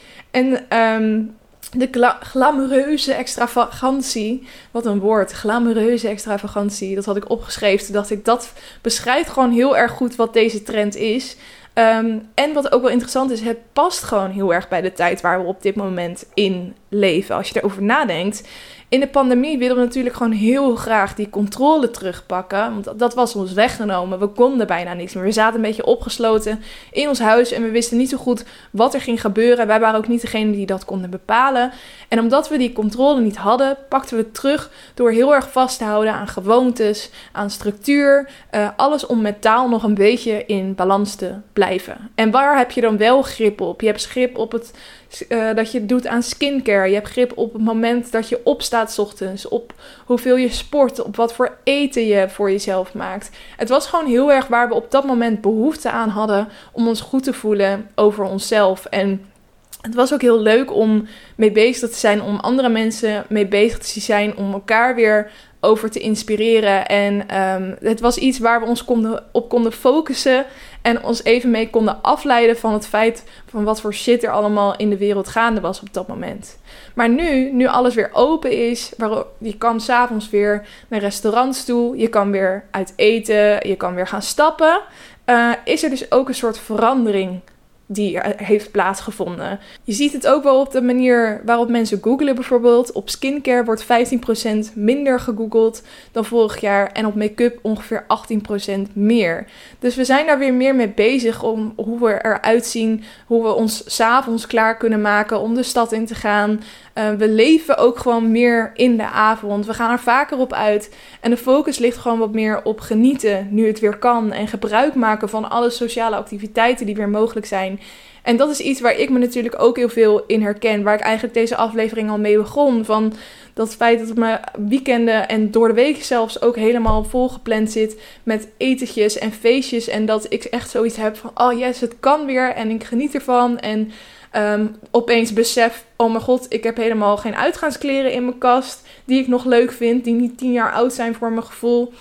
En um, de gla- glamoureuze extravagantie, wat een woord, glamoureuze extravagantie, dat had ik opgeschreven. Toen dacht ik, dat beschrijft gewoon heel erg goed wat deze trend is. Um, en wat ook wel interessant is, het past gewoon heel erg bij de tijd waar we op dit moment in leven. Als je erover nadenkt. In de pandemie wilden we natuurlijk gewoon heel graag die controle terugpakken. Want dat was ons weggenomen. We konden bijna niks meer. We zaten een beetje opgesloten in ons huis. En we wisten niet zo goed wat er ging gebeuren. Wij waren ook niet degene die dat konden bepalen. En omdat we die controle niet hadden, pakten we het terug door heel erg vast te houden aan gewoontes, aan structuur. Uh, alles om mentaal nog een beetje in balans te blijven. En waar heb je dan wel grip op? Je hebt grip op het Uh, dat je doet aan skincare. Je hebt grip op het moment dat je opstaat 's ochtends. Op hoeveel je sport. Op wat voor eten je voor jezelf maakt. Het was gewoon heel erg waar we op dat moment behoefte aan hadden om ons goed te voelen over onszelf. En het was ook heel leuk om mee bezig te zijn. Om andere mensen mee bezig te zijn. Om elkaar weer over te inspireren. En um, het was iets waar we ons konden, op konden focussen. En ons even mee konden afleiden van het feit van wat voor shit er allemaal in de wereld gaande was op dat moment. Maar nu, nu alles weer open is, waar je kan 's avonds weer naar restaurants toe, je kan weer uit eten, je kan weer gaan stappen, uh, is er dus ook een soort verandering die heeft plaatsgevonden. Je ziet het ook wel op de manier waarop mensen googlen bijvoorbeeld. Op skincare wordt vijftien procent minder gegoogeld dan vorig jaar. En op make-up ongeveer achttien procent meer. Dus we zijn daar weer meer mee bezig om hoe we eruit zien. Hoe we ons 's avonds klaar kunnen maken om de stad in te gaan. Uh, we leven ook gewoon meer in de avond. We gaan er vaker op uit. En de focus ligt gewoon wat meer op genieten nu het weer kan. En gebruik maken van alle sociale activiteiten die weer mogelijk zijn. En dat is iets waar ik me natuurlijk ook heel veel in herken. Waar ik eigenlijk deze aflevering al mee begon. Van dat feit dat mijn weekenden en door de week zelfs ook helemaal volgepland zit met etentjes en feestjes. En dat ik echt zoiets heb van, oh yes, het kan weer en ik geniet ervan. En um, opeens besef, oh mijn god, ik heb helemaal geen uitgaanskleren in mijn kast die ik nog leuk vind. Die niet tien jaar oud zijn voor mijn gevoel.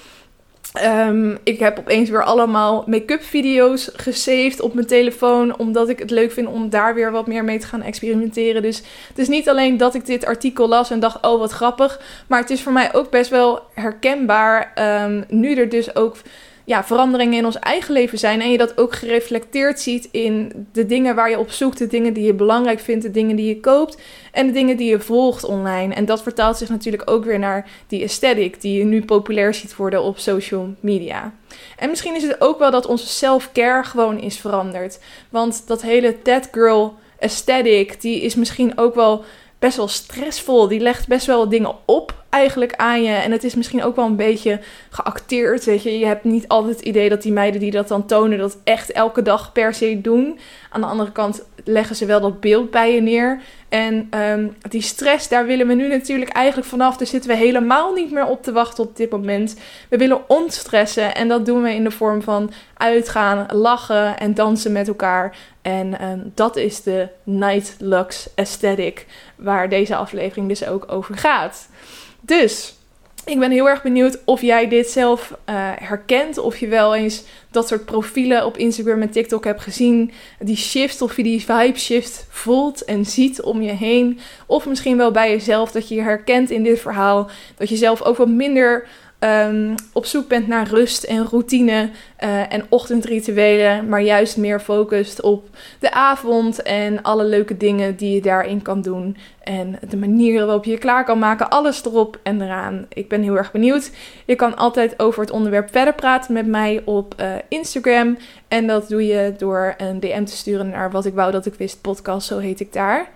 Um, ik heb opeens weer allemaal make-up video's gesaved op mijn telefoon, omdat ik het leuk vind om daar weer wat meer mee te gaan experimenteren. Dus het is niet alleen dat ik dit artikel las en dacht, oh wat grappig, maar het is voor mij ook best wel herkenbaar, um, nu er dus ook ja, veranderingen in ons eigen leven zijn. En je dat ook gereflecteerd ziet in de dingen waar je op zoekt. De dingen die je belangrijk vindt. De dingen die je koopt. En de dingen die je volgt online. En dat vertaalt zich natuurlijk ook weer naar die aesthetic die je nu populair ziet worden op social media. En misschien is het ook wel dat onze self-care gewoon is veranderd. Want dat hele that girl aesthetic, die is misschien ook wel best wel stressvol. Die legt best wel dingen op eigenlijk aan je. En het is misschien ook wel een beetje geacteerd, weet je. Je hebt niet altijd het idee dat die meiden die dat dan tonen, dat echt elke dag per se doen. Aan de andere kant leggen ze wel dat beeld bij je neer. En um, die stress, daar willen we nu natuurlijk eigenlijk vanaf. Daar zitten we helemaal niet meer op te wachten op dit moment. We willen ontstressen en dat doen we in de vorm van uitgaan, lachen en dansen met elkaar. En um, dat is de Night Lux aesthetic waar deze aflevering dus ook over gaat. Dus ik ben heel erg benieuwd of jij dit zelf uh, herkent. Of je wel eens dat soort profielen op Instagram en TikTok hebt gezien. Die shift, of je die vibe shift voelt en ziet om je heen. Of misschien wel bij jezelf dat je je herkent in dit verhaal. Dat je zelf ook wat minder Um, op zoek bent naar rust en routine uh, en ochtendrituelen, maar juist meer focust op de avond en alle leuke dingen die je daarin kan doen en de manieren waarop je je klaar kan maken, alles erop en eraan. Ik ben heel erg benieuwd. Je kan altijd over het onderwerp verder praten met mij op uh, Instagram en dat doe je door een D M te sturen naar Wat Ik Wou Dat Ik Wist podcast, zo heet ik daar.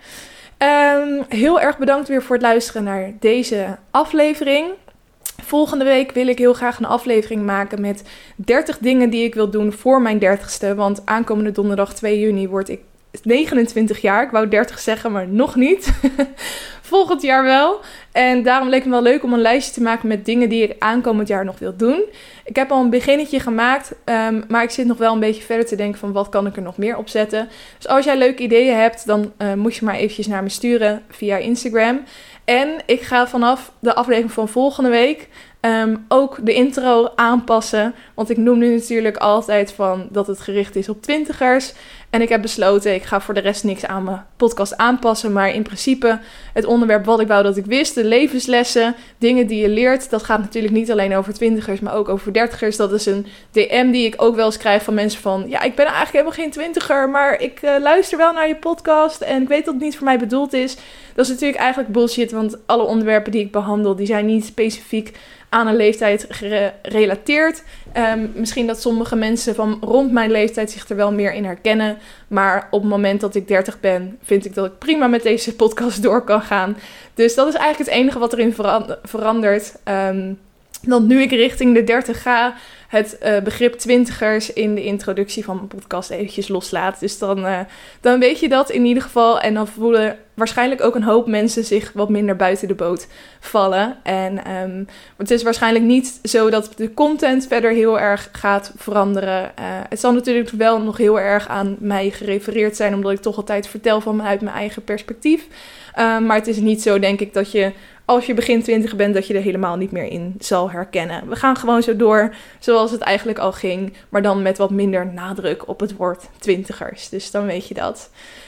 Um, heel erg bedankt weer voor het luisteren naar deze aflevering. Volgende week wil ik heel graag een aflevering maken met dertig dingen die ik wil doen voor mijn dertigste. Want aankomende donderdag twee juni word ik negenentwintig jaar. Ik wou dertig zeggen, maar nog niet. Volgend jaar wel. En daarom leek het me wel leuk om een lijstje te maken met dingen die ik aankomend jaar nog wil doen. Ik heb al een beginnetje gemaakt, um, maar ik zit nog wel een beetje verder te denken van wat kan ik er nog meer op zetten. Dus als jij leuke ideeën hebt, dan uh, moet je maar eventjes naar me sturen via Instagram. En ik ga vanaf de aflevering van volgende week um, ook de intro aanpassen. Want ik noem nu natuurlijk altijd van dat het gericht is op twintigers. En ik heb besloten, ik ga voor de rest niks aan mijn podcast aanpassen. Maar in principe het onderwerp wat ik wou dat ik wist, de levenslessen, dingen die je leert. Dat gaat natuurlijk niet alleen over twintigers, maar ook over dertigers. Dat is een D M die ik ook wel eens krijg van mensen van, ja, ik ben eigenlijk helemaal geen twintiger, maar ik uh, luister wel naar je podcast en ik weet dat het niet voor mij bedoeld is. Dat is natuurlijk eigenlijk bullshit, want alle onderwerpen die ik behandel, die zijn niet specifiek aan een leeftijd gerelateerd. Um, misschien dat sommige mensen van rond mijn leeftijd zich er wel meer in herkennen. Maar op het moment dat ik dertig ben, vind ik dat ik prima met deze podcast door kan gaan. Dus dat is eigenlijk het enige wat erin verandert. Um, dat nu ik richting de dertig ga, het uh, begrip twintigers in de introductie van mijn podcast eventjes loslaat. Dus dan, uh, dan weet je dat in ieder geval. En dan voelen waarschijnlijk ook een hoop mensen zich wat minder buiten de boot vallen. En um, het is waarschijnlijk niet zo dat de content verder heel erg gaat veranderen. Uh, het zal natuurlijk wel nog heel erg aan mij gerefereerd zijn, omdat ik toch altijd vertel vanuit mijn eigen perspectief. Uh, maar het is niet zo, denk ik, dat je als je begin twintig bent, dat je er helemaal niet meer in zal herkennen. We gaan gewoon zo door zoals het eigenlijk al ging, maar dan met wat minder nadruk op het woord twintigers. Dus dan weet je dat.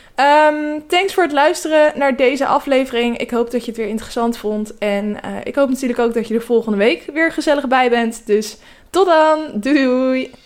Um, thanks voor het luisteren naar deze aflevering. Ik hoop dat je het weer interessant vond. En uh, ik hoop natuurlijk ook dat je er volgende week weer gezellig bij bent. Dus tot dan. Doei doei.